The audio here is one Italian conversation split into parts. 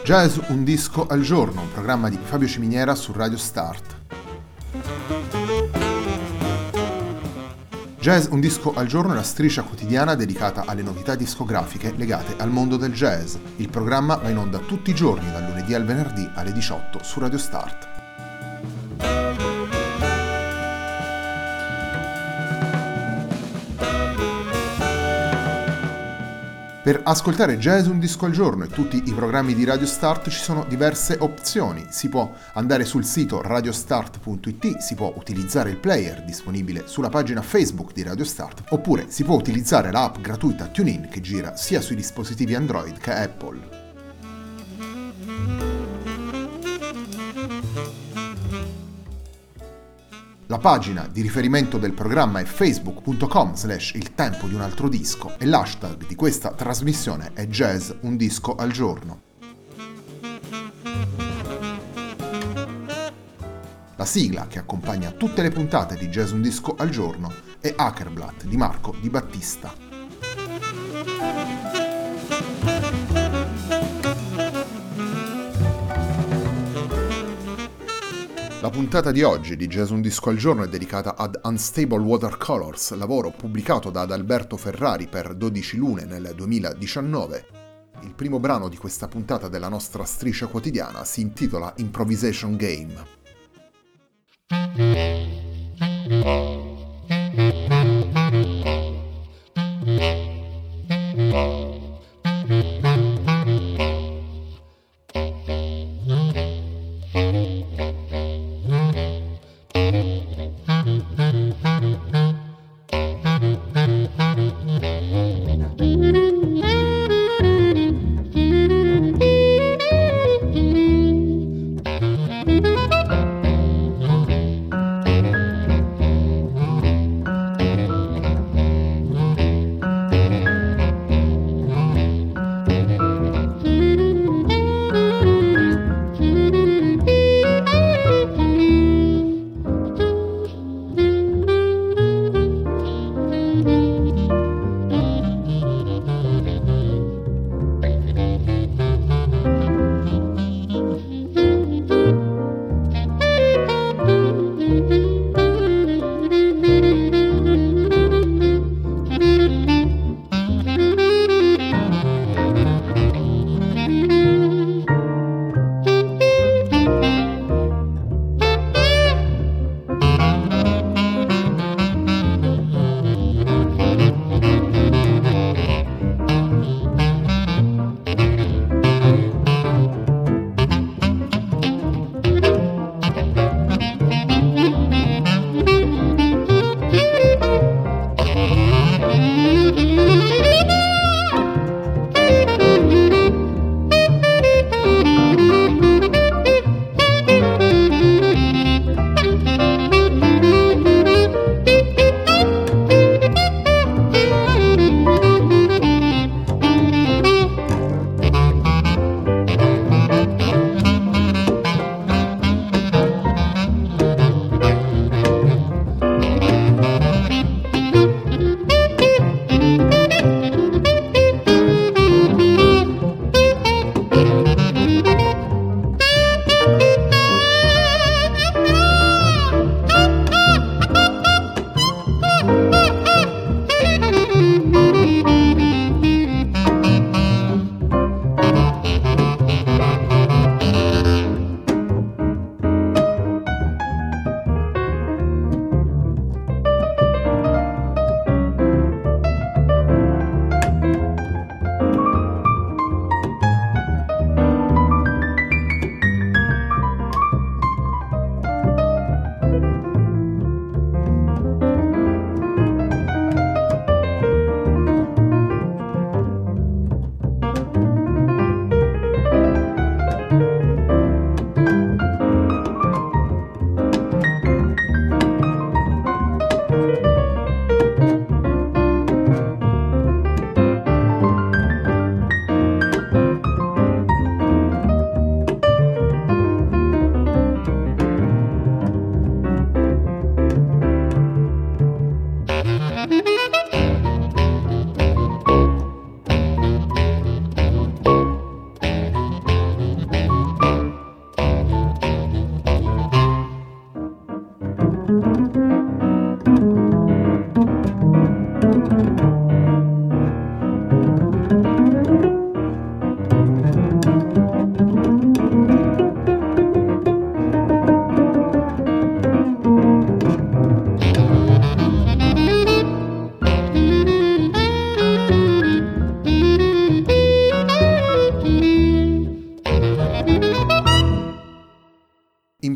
Jazz un disco al giorno, un programma di Fabio Ciminiera su Radio Start. Jazz un disco al giorno è la striscia quotidiana dedicata alle novità discografiche legate al mondo del jazz. Il programma va in onda tutti i giorni, dal lunedì al venerdì alle 18 su Radio Start. Per ascoltare Jazz un disco al giorno e tutti i programmi di Radio Start ci sono diverse opzioni. Si può andare sul sito radiostart.it, si può utilizzare il player disponibile sulla pagina Facebook di Radio Start, oppure si può utilizzare l'app gratuita TuneIn che gira sia sui dispositivi Android che Apple. La pagina di riferimento del programma è facebook.com/il tempo di un altro disco e l'hashtag di questa trasmissione è Jazz un disco al giorno. La sigla che accompagna tutte le puntate di Jazz un disco al giorno è Hackerblatt di Marco Di Battista. La puntata di oggi di Jazz un disco al giorno è dedicata ad Unstable Watercolors, lavoro pubblicato da Adalberto Ferrari per 12 Lune nel 2019. Il primo brano di questa puntata della nostra striscia quotidiana si intitola Improvisation Game.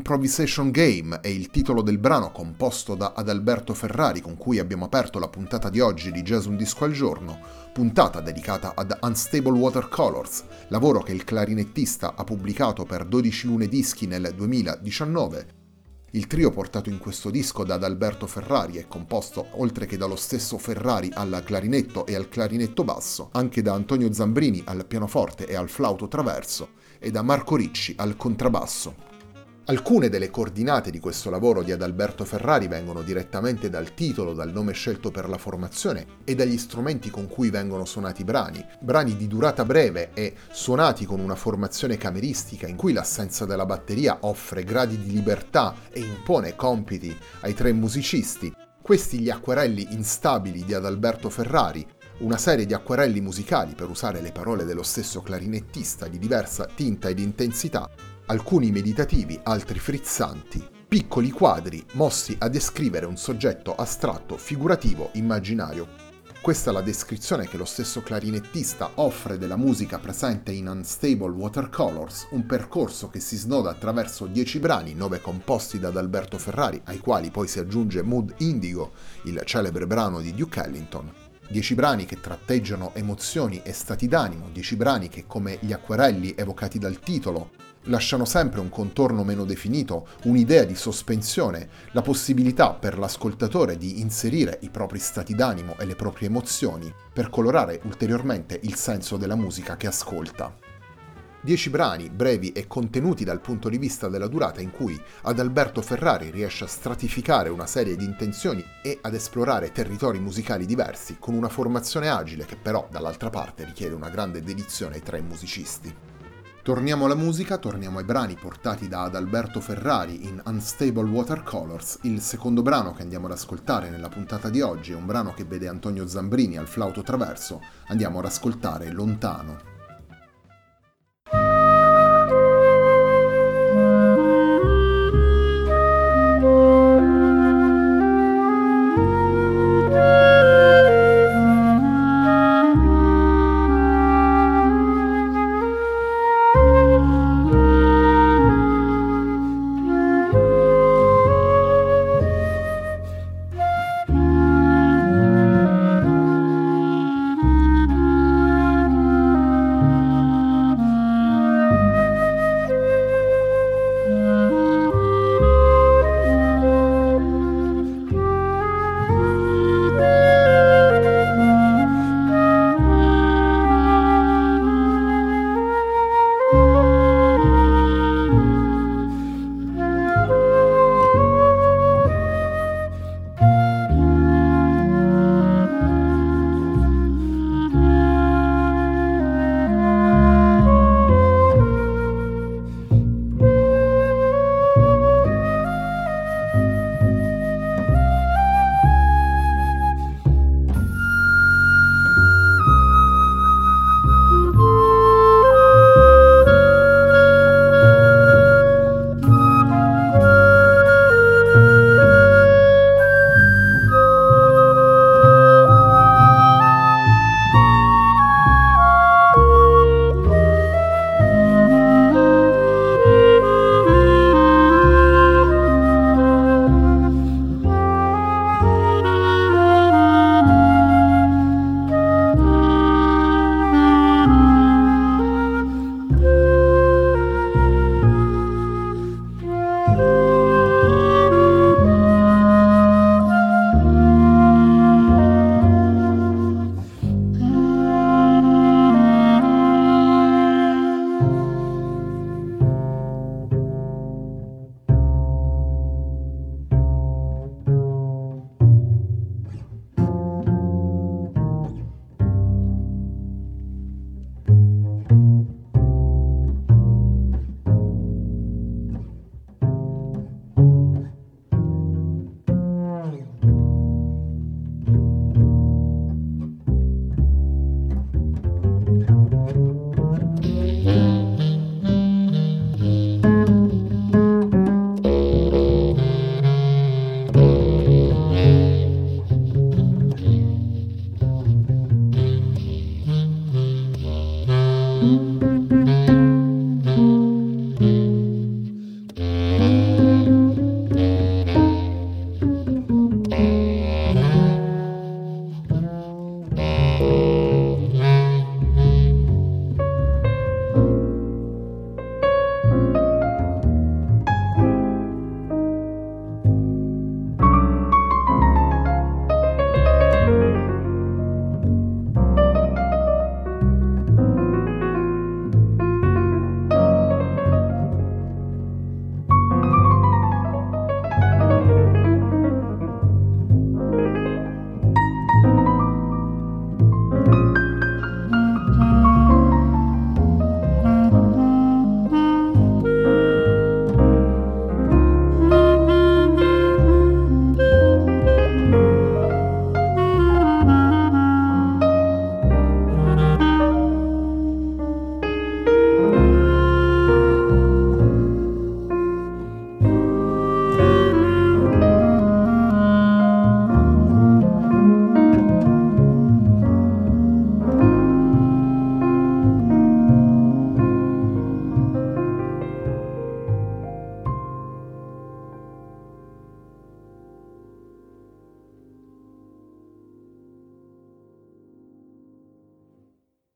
Improvisation Game è il titolo del brano composto da Adalberto Ferrari con cui abbiamo aperto la puntata di oggi di Jazz Un Disco al Giorno, puntata dedicata ad Unstable Watercolors, lavoro che il clarinettista ha pubblicato per 12 lune dischi nel 2019. Il trio portato in questo disco da Adalberto Ferrari è composto, oltre che dallo stesso Ferrari al clarinetto e al clarinetto basso, anche da Antonio Zambrini al pianoforte e al flauto traverso e da Marco Ricci al contrabbasso. Alcune delle coordinate di questo lavoro di Adalberto Ferrari vengono direttamente dal titolo, dal nome scelto per la formazione e dagli strumenti con cui vengono suonati i brani di durata breve e suonati con una formazione cameristica in cui l'assenza della batteria offre gradi di libertà e impone compiti ai tre musicisti. Questi gli acquerelli instabili di Adalberto Ferrari, una serie di acquerelli musicali, per usare le parole dello stesso clarinettista, di diversa tinta ed intensità, alcuni meditativi, altri frizzanti, piccoli quadri mossi a descrivere un soggetto astratto, figurativo, immaginario. Questa è la descrizione che lo stesso clarinettista offre della musica presente in Unstable Watercolors, un percorso che si snoda attraverso 10 brani, 9 composti da Adalberto Ferrari, ai quali poi si aggiunge Mood Indigo, il celebre brano di Duke Ellington. 10 brani che tratteggiano emozioni e stati d'animo, 10 brani che, come gli acquerelli evocati dal titolo, lasciano sempre un contorno meno definito, un'idea di sospensione, la possibilità per l'ascoltatore di inserire i propri stati d'animo e le proprie emozioni per colorare ulteriormente il senso della musica che ascolta. 10 brani brevi e contenuti dal punto di vista della durata in cui Adalberto Ferrari riesce a stratificare una serie di intenzioni e ad esplorare territori musicali diversi con una formazione agile che però dall'altra parte richiede una grande dedizione ai tre musicisti. Torniamo alla musica, torniamo ai brani portati da Adalberto Ferrari in Unstable Watercolors. Il secondo brano che andiamo ad ascoltare nella puntata di oggi è un brano che vede Antonio Zambrini al flauto traverso. Andiamo ad ascoltare Lontano.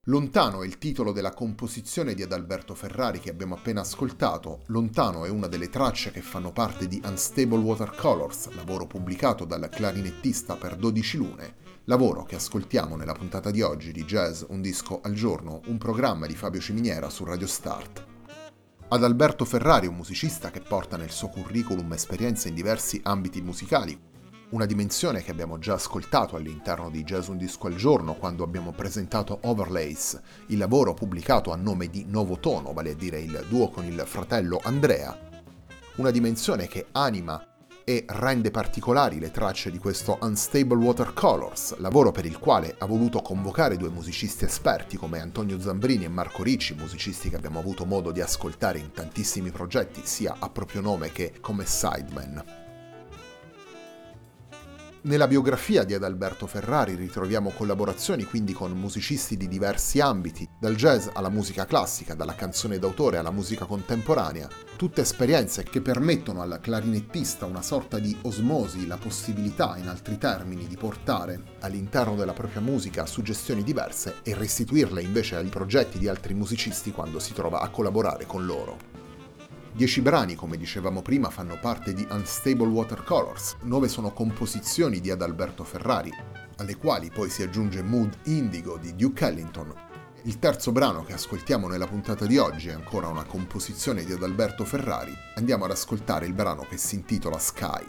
Lontano è il titolo della composizione di Adalberto Ferrari che abbiamo appena ascoltato. Lontano è una delle tracce che fanno parte di Unstable Watercolors, lavoro pubblicato dal clarinettista per 12 lune, lavoro che ascoltiamo nella puntata di oggi di Jazz Un Disco al Giorno, un programma di Fabio Ciminiera su Radio Start. Adalberto Ferrari è un musicista che porta nel suo curriculum esperienze in diversi ambiti musicali, una dimensione che abbiamo già ascoltato all'interno di Jazz Un Disco al Giorno quando abbiamo presentato Overlays, il lavoro pubblicato a nome di Novo Tono, vale a dire il duo con il fratello Andrea, una dimensione che anima e rende particolari le tracce di questo Unstable Watercolors, lavoro per il quale ha voluto convocare due musicisti esperti come Antonio Zambrini e Marco Ricci, musicisti che abbiamo avuto modo di ascoltare in tantissimi progetti, sia a proprio nome che come sideman. Nella biografia di Adalberto Ferrari ritroviamo collaborazioni quindi con musicisti di diversi ambiti, dal jazz alla musica classica, dalla canzone d'autore alla musica contemporanea, tutte esperienze che permettono al clarinettista una sorta di osmosi, la possibilità, in altri termini, di portare all'interno della propria musica suggestioni diverse e restituirle invece ai progetti di altri musicisti quando si trova a collaborare con loro. 10 brani, come dicevamo prima, fanno parte di Unstable Watercolors, 9 sono composizioni di Adalberto Ferrari, alle quali poi si aggiunge Mood Indigo di Duke Ellington. Il terzo brano che ascoltiamo nella puntata di oggi è ancora una composizione di Adalberto Ferrari. Andiamo ad ascoltare il brano che si intitola Sky.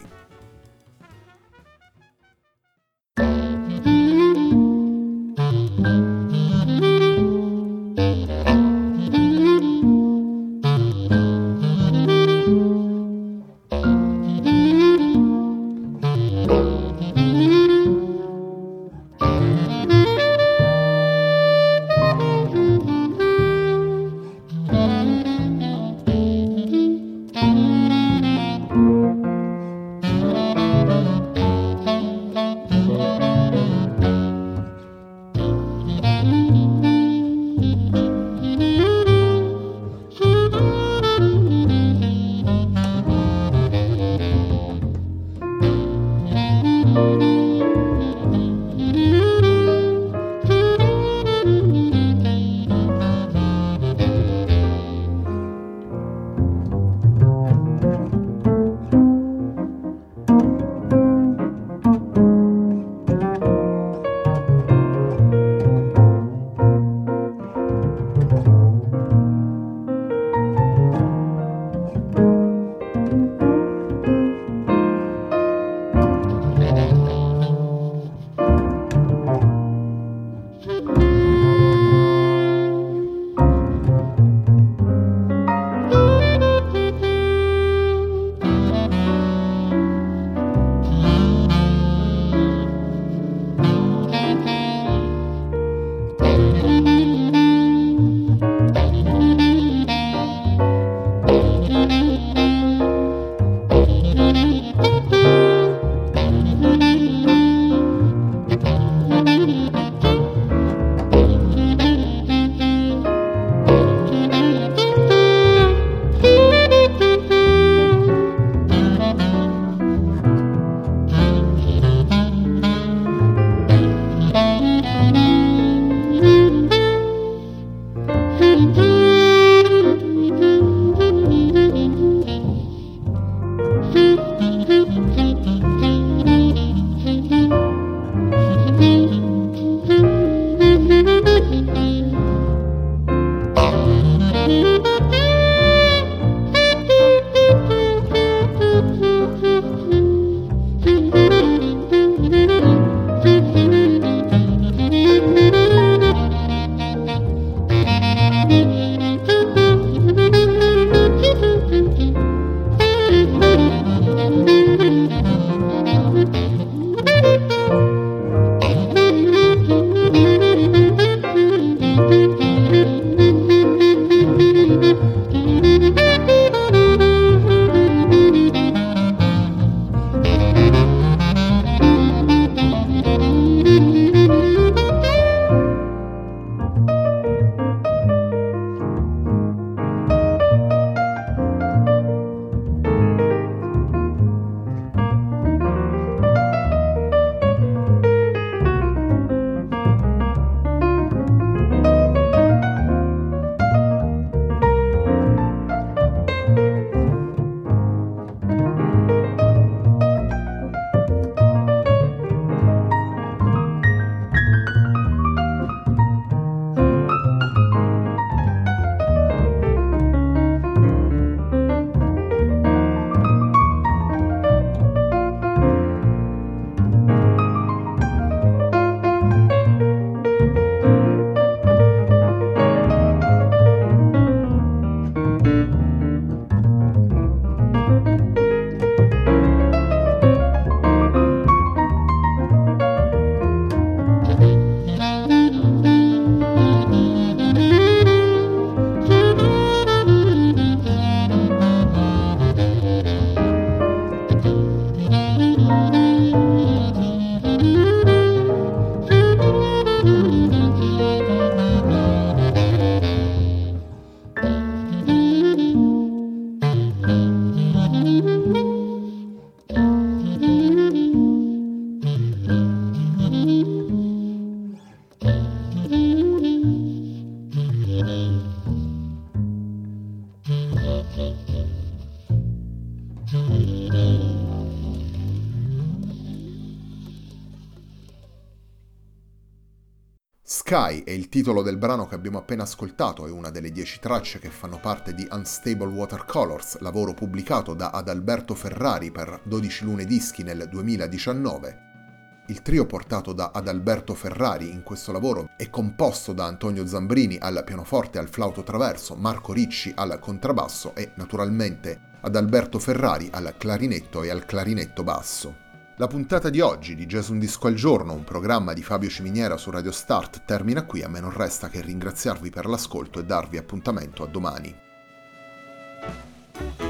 Sky è il titolo del brano che abbiamo appena ascoltato, è una delle 10 tracce che fanno parte di Unstable Watercolors, lavoro pubblicato da Adalberto Ferrari per 12 Lune Dischi nel 2019. Il trio portato da Adalberto Ferrari in questo lavoro è composto da Antonio Zambrini al pianoforte e al flauto traverso, Marco Ricci al contrabbasso e naturalmente Adalberto Ferrari al clarinetto e al clarinetto basso. La puntata di oggi di Jazz Un Disco al Giorno, un programma di Fabio Ciminiera su Radio Start, termina qui. A me non resta che ringraziarvi per l'ascolto e darvi appuntamento a domani.